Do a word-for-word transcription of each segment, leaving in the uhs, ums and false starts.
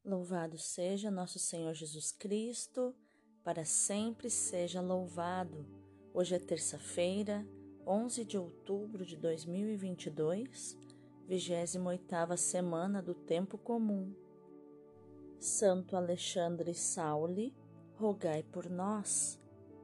Louvado seja nosso Senhor Jesus Cristo, para sempre seja louvado. Hoje é terça-feira, onze de outubro de dois mil e vinte e dois, vigésima oitava semana do Tempo Comum. Santo Alexandre Sauli, rogai por nós.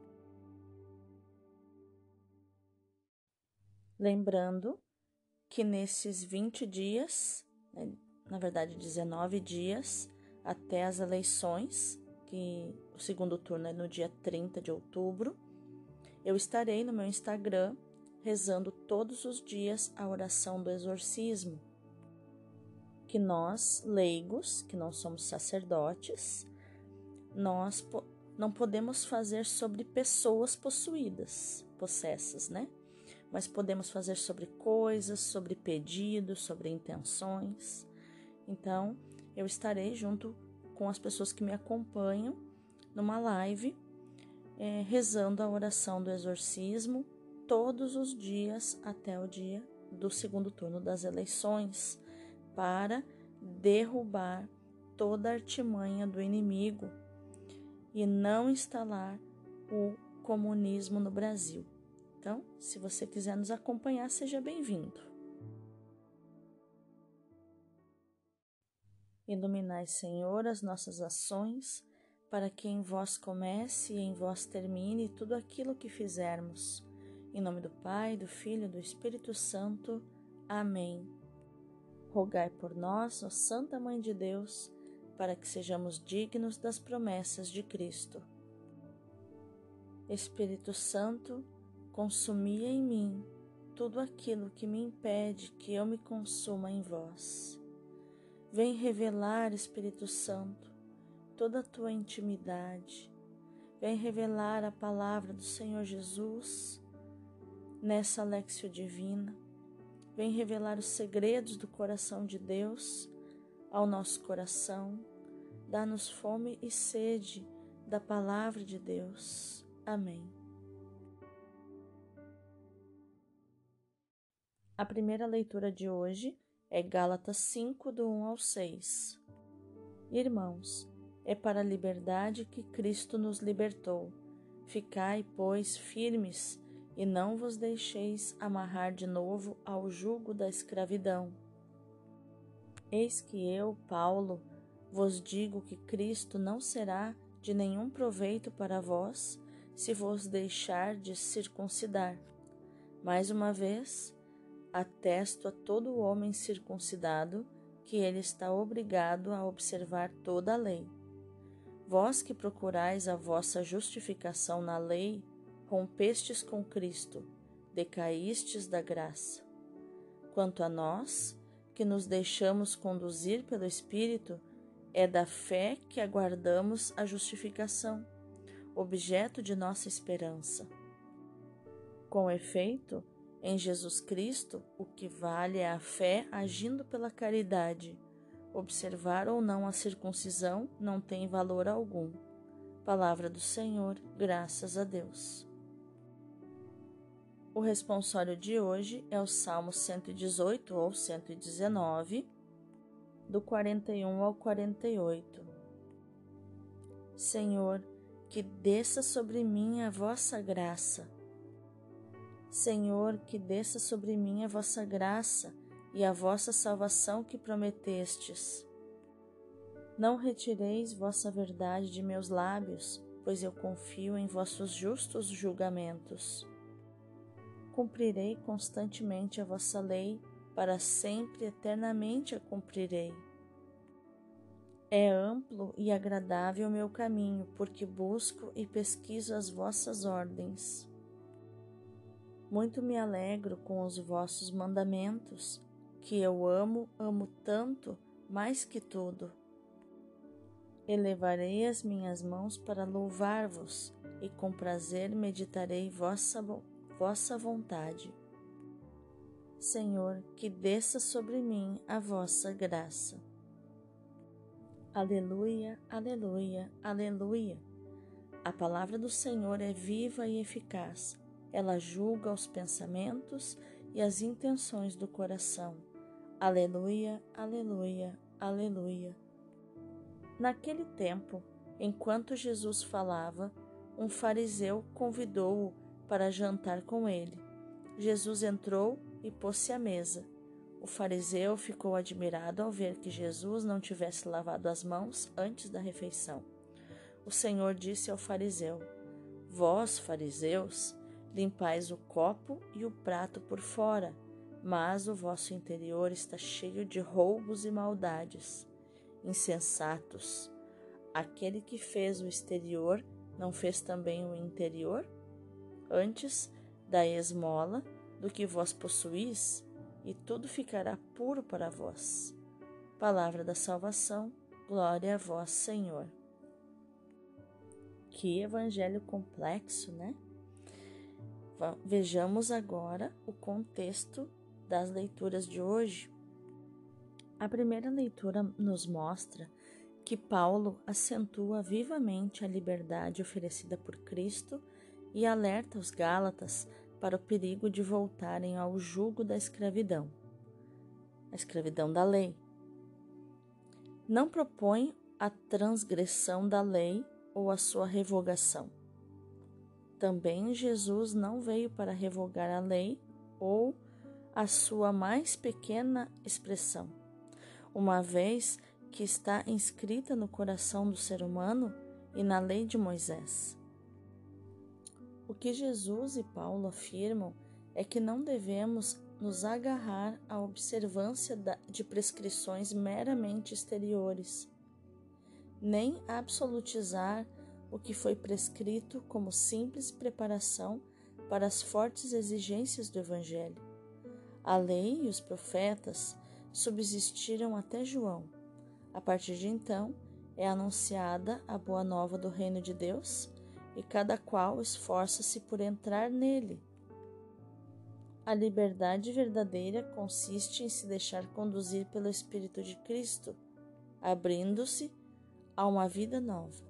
Lembrando que nesses vinte dias, né, na verdade dezenove dias, até as eleições, que o segundo turno é no dia trinta de outubro, eu estarei no meu Instagram rezando todos os dias a oração do exorcismo, que nós, leigos, que não somos sacerdotes, nós po- não podemos fazer sobre pessoas possuídas, possessas, né? Mas podemos fazer sobre coisas, sobre pedidos, sobre intenções. Então, eu estarei junto com as pessoas que me acompanham numa live, é, rezando a oração do exorcismo todos os dias até o dia do segundo turno das eleições, para derrubar toda a artimanha do inimigo e não instalar o comunismo no Brasil. Então, se você quiser nos acompanhar, seja bem-vindo. Iluminai, Senhor, as nossas ações, para que em vós comece e em vós termine tudo aquilo que fizermos. Em nome do Pai, do Filho e do Espírito Santo. Amém. Rogai por nós, ó Santa Mãe de Deus, para que sejamos dignos das promessas de Cristo. Espírito Santo, consumia em mim tudo aquilo que me impede que eu me consuma em vós. Vem revelar, Espírito Santo, toda a tua intimidade. Vem revelar a palavra do Senhor Jesus nessa Léxio Divina. Vem revelar os segredos do coração de Deus ao nosso coração. Dá-nos fome e sede da palavra de Deus. Amém. A primeira leitura de hoje é Gálatas cinco, do um ao seis. Irmãos, é para a liberdade que Cristo nos libertou. Ficai, pois, firmes, e não vos deixeis amarrar de novo ao jugo da escravidão. Eis que eu, Paulo, vos digo que Cristo não será de nenhum proveito para vós, se vos deixardes circuncidar. Mais uma vez, atesto a todo homem circuncidado que ele está obrigado a observar toda a lei. Vós que procurais a vossa justificação na lei, rompestes com Cristo, decaístes da graça. Quanto a nós, que nos deixamos conduzir pelo Espírito, é da fé que aguardamos a justificação, objeto de nossa esperança. Com efeito, em Jesus Cristo, o que vale é a fé agindo pela caridade. Observar ou não a circuncisão não tem valor algum. Palavra do Senhor, graças a Deus. O responsório de hoje é o Salmo cento e dezoito ou cento e dezenove, do quarenta e um ao quarenta e oito. Senhor, que desça sobre mim a vossa graça. Senhor, que desça sobre mim a vossa graça e a vossa salvação que prometestes. Não retireis vossa verdade de meus lábios, pois eu confio em vossos justos julgamentos. Cumprirei constantemente a vossa lei, para sempre eternamente a cumprirei. É amplo e agradável o meu caminho, porque busco e pesquiso as vossas ordens. Muito me alegro com os vossos mandamentos, que eu amo, amo tanto, mais que tudo. Elevarei as minhas mãos para louvar-vos, e com prazer meditarei vossa, vossa vontade. Senhor, que desça sobre mim a vossa graça. Aleluia, aleluia, aleluia. A palavra do Senhor é viva e eficaz. Ela julga os pensamentos e as intenções do coração. Aleluia, aleluia, aleluia. Naquele tempo, enquanto Jesus falava, um fariseu convidou-o para jantar com ele. Jesus entrou e pôs-se à mesa. O fariseu ficou admirado ao ver que Jesus não tivesse lavado as mãos antes da refeição. O Senhor disse ao fariseu: Vós, fariseus, limpais o copo e o prato por fora, mas o vosso interior está cheio de roubos e maldades. Insensatos! Aquele que fez o exterior não fez também o interior? Antes, dai esmola do que vós possuís, e tudo ficará puro para vós. Palavra da salvação, glória a vós, Senhor. Que evangelho complexo, né? Vejamos agora o contexto das leituras de hoje. A primeira leitura nos mostra que Paulo acentua vivamente a liberdade oferecida por Cristo e alerta os Gálatas para o perigo de voltarem ao jugo da escravidão, a escravidão da lei. Não propõe a transgressão da lei ou a sua revogação. Também Jesus não veio para revogar a lei ou a sua mais pequena expressão, uma vez que está inscrita no coração do ser humano e na lei de Moisés. O que Jesus e Paulo afirmam é que não devemos nos agarrar à observância de prescrições meramente exteriores, nem absolutizar o que foi prescrito como simples preparação para as fortes exigências do Evangelho. A lei e os profetas subsistiram até João. A partir de então, é anunciada a boa nova do reino de Deus, e cada qual esforça-se por entrar nele. A liberdade verdadeira consiste em se deixar conduzir pelo Espírito de Cristo, abrindo-se a uma vida nova.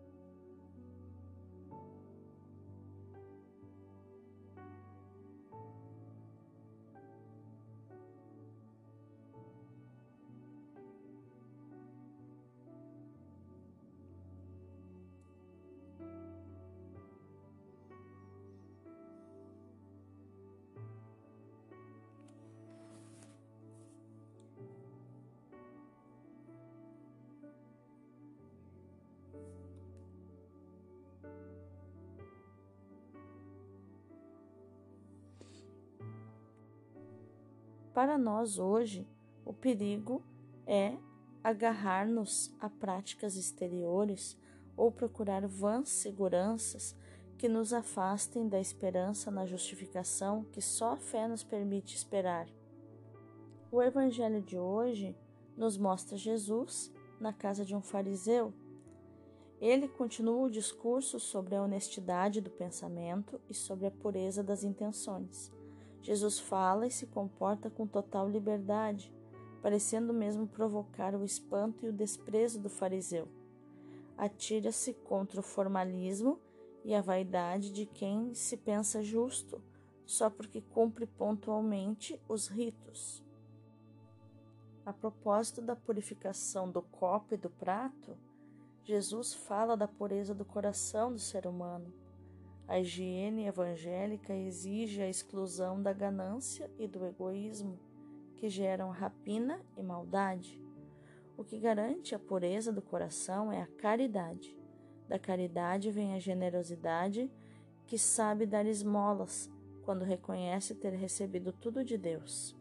Para nós hoje, o perigo é agarrar-nos a práticas exteriores ou procurar vãs seguranças que nos afastem da esperança na justificação que só a fé nos permite esperar. O Evangelho de hoje nos mostra Jesus na casa de um fariseu. Ele continua o discurso sobre a honestidade do pensamento e sobre a pureza das intenções. Jesus fala e se comporta com total liberdade, parecendo mesmo provocar o espanto e o desprezo do fariseu. Atira-se contra o formalismo e a vaidade de quem se pensa justo, só porque cumpre pontualmente os ritos. A propósito da purificação do copo e do prato, Jesus fala da pureza do coração do ser humano. A higiene evangélica exige a exclusão da ganância e do egoísmo, que geram rapina e maldade. O que garante a pureza do coração é a caridade. Da caridade vem a generosidade, que sabe dar esmolas quando reconhece ter recebido tudo de Deus.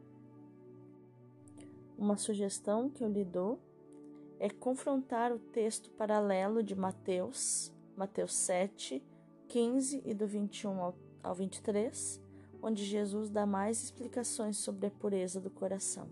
Uma sugestão que eu lhe dou é confrontar o texto paralelo de Mateus, Mateus sete, quinze e do vinte e um ao vinte e três, onde Jesus dá mais explicações sobre a pureza do coração.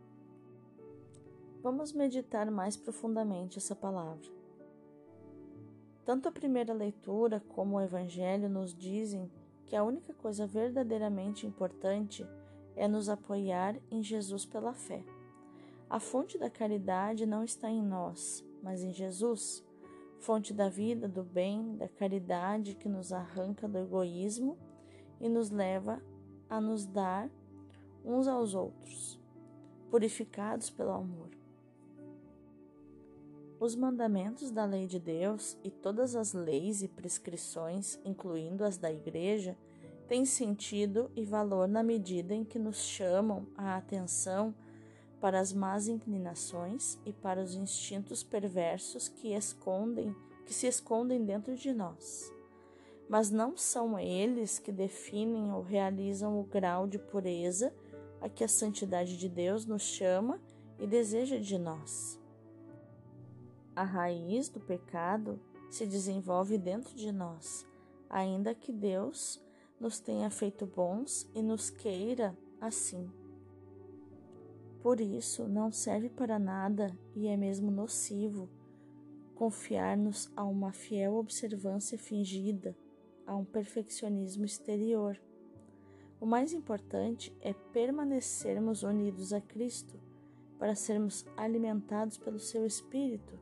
Vamos meditar mais profundamente essa palavra. Tanto a primeira leitura como o Evangelho nos dizem que a única coisa verdadeiramente importante é nos apoiar em Jesus pela fé. A fonte da caridade não está em nós, mas em Jesus, fonte da vida, do bem, da caridade que nos arranca do egoísmo e nos leva a nos dar uns aos outros, purificados pelo amor. Os mandamentos da lei de Deus e todas as leis e prescrições, incluindo as da Igreja, têm sentido e valor na medida em que nos chamam a atenção para as más inclinações e para os instintos perversos que escondem, que se escondem dentro de nós. Mas não são eles que definem ou realizam o grau de pureza a que a santidade de Deus nos chama e deseja de nós. A raiz do pecado se desenvolve dentro de nós, ainda que Deus nos tenha feito bons e nos queira assim. Por isso, não serve para nada e é mesmo nocivo confiar-nos a uma fiel observância fingida, a um perfeccionismo exterior. O mais importante é permanecermos unidos a Cristo para sermos alimentados pelo seu Espírito.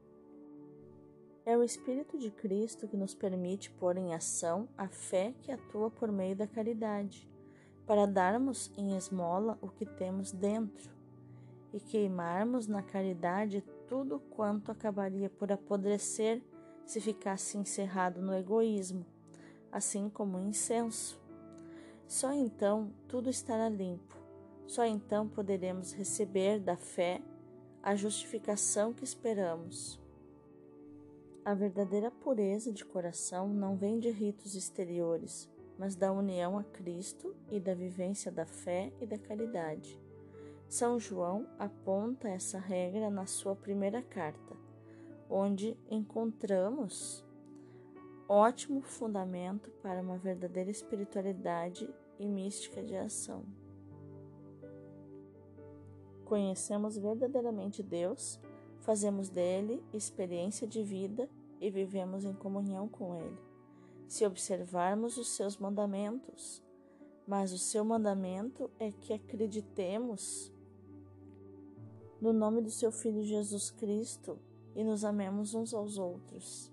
É o Espírito de Cristo que nos permite pôr em ação a fé que atua por meio da caridade, para darmos em esmola o que temos dentro e queimarmos na caridade tudo quanto acabaria por apodrecer se ficasse encerrado no egoísmo, assim como o incenso. Só então tudo estará limpo, só então poderemos receber da fé a justificação que esperamos. A verdadeira pureza de coração não vem de ritos exteriores, mas da união a Cristo e da vivência da fé e da caridade. São João aponta essa regra na sua primeira carta, onde encontramos ótimo fundamento para uma verdadeira espiritualidade e mística de ação. Conhecemos verdadeiramente Deus, fazemos dele experiência de vida e vivemos em comunhão com ele, se observarmos os seus mandamentos. Mas o seu mandamento é que acreditemos no nome do seu Filho Jesus Cristo e nos amemos uns aos outros.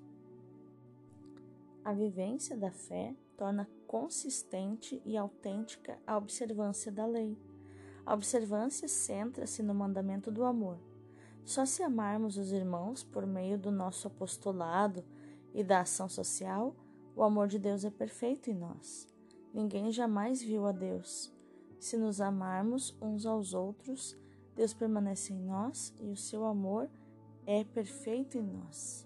A vivência da fé torna consistente e autêntica a observância da lei. A observância centra-se no mandamento do amor. Só se amarmos os irmãos por meio do nosso apostolado e da ação social, o amor de Deus é perfeito em nós. Ninguém jamais viu a Deus. Se nos amarmos uns aos outros, Deus permanece em nós e o seu amor é perfeito em nós.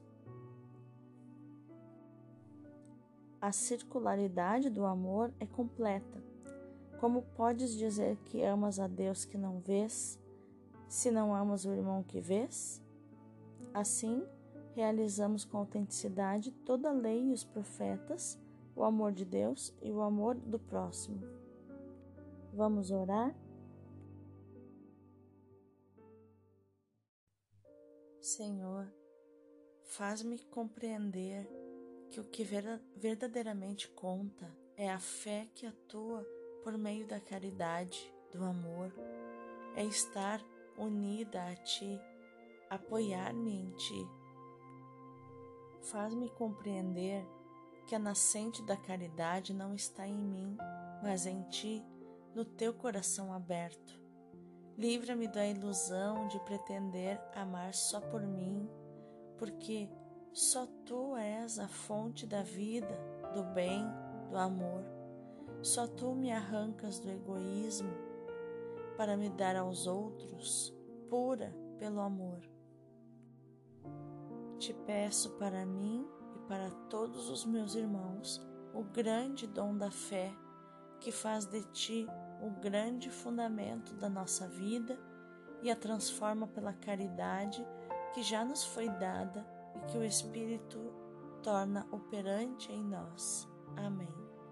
A circularidade do amor é completa. Como podes dizer que amas a Deus que não vês, se não amas o irmão que vês? Assim, realizamos com autenticidade toda a lei e os profetas, o amor de Deus e o amor do próximo. Vamos orar? Senhor, faz-me compreender que o que verdadeiramente conta é a fé que atua por meio da caridade, do amor, é estar unida a Ti, apoiar-me em Ti. Faz-me compreender que a nascente da caridade não está em mim, mas em Ti, no Teu coração aberto. Livra-me da ilusão de pretender amar só por mim, porque só Tu és a fonte da vida, do bem, do amor. Só Tu me arrancas do egoísmo para me dar aos outros, pura pelo amor. Te peço para mim e para todos os meus irmãos o grande dom da fé, que faz de Ti o grande fundamento da nossa vida e a transforma pela caridade que já nos foi dada e que o Espírito torna operante em nós. Amém.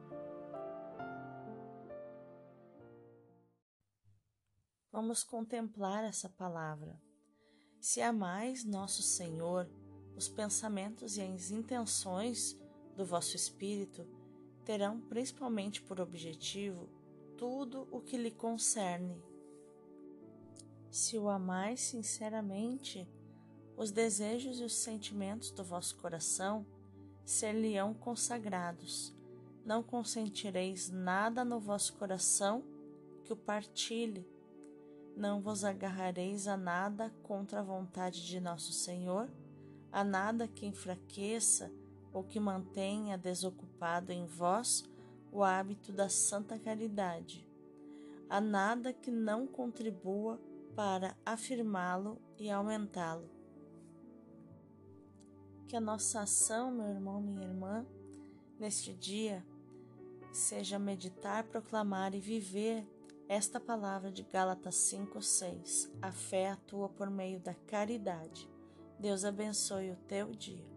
Vamos contemplar essa palavra. Se amais nosso Senhor, os pensamentos e as intenções do vosso Espírito terão principalmente por objetivo tudo o que lhe concerne. Se o amais sinceramente, os desejos e os sentimentos do vosso coração ser-lhe-ão consagrados. Não consentireis nada no vosso coração que o partilhe. Não vos agarrareis a nada contra a vontade de nosso Senhor, Há nada que enfraqueça ou que mantenha desocupado em vós o hábito da santa caridade. Há nada que não contribua para afirmá-lo e aumentá-lo. Que a nossa ação, meu irmão, minha irmã, neste dia, seja meditar, proclamar e viver esta palavra de Gálatas cinco, seis. A fé atua por meio da caridade. Deus abençoe o teu dia.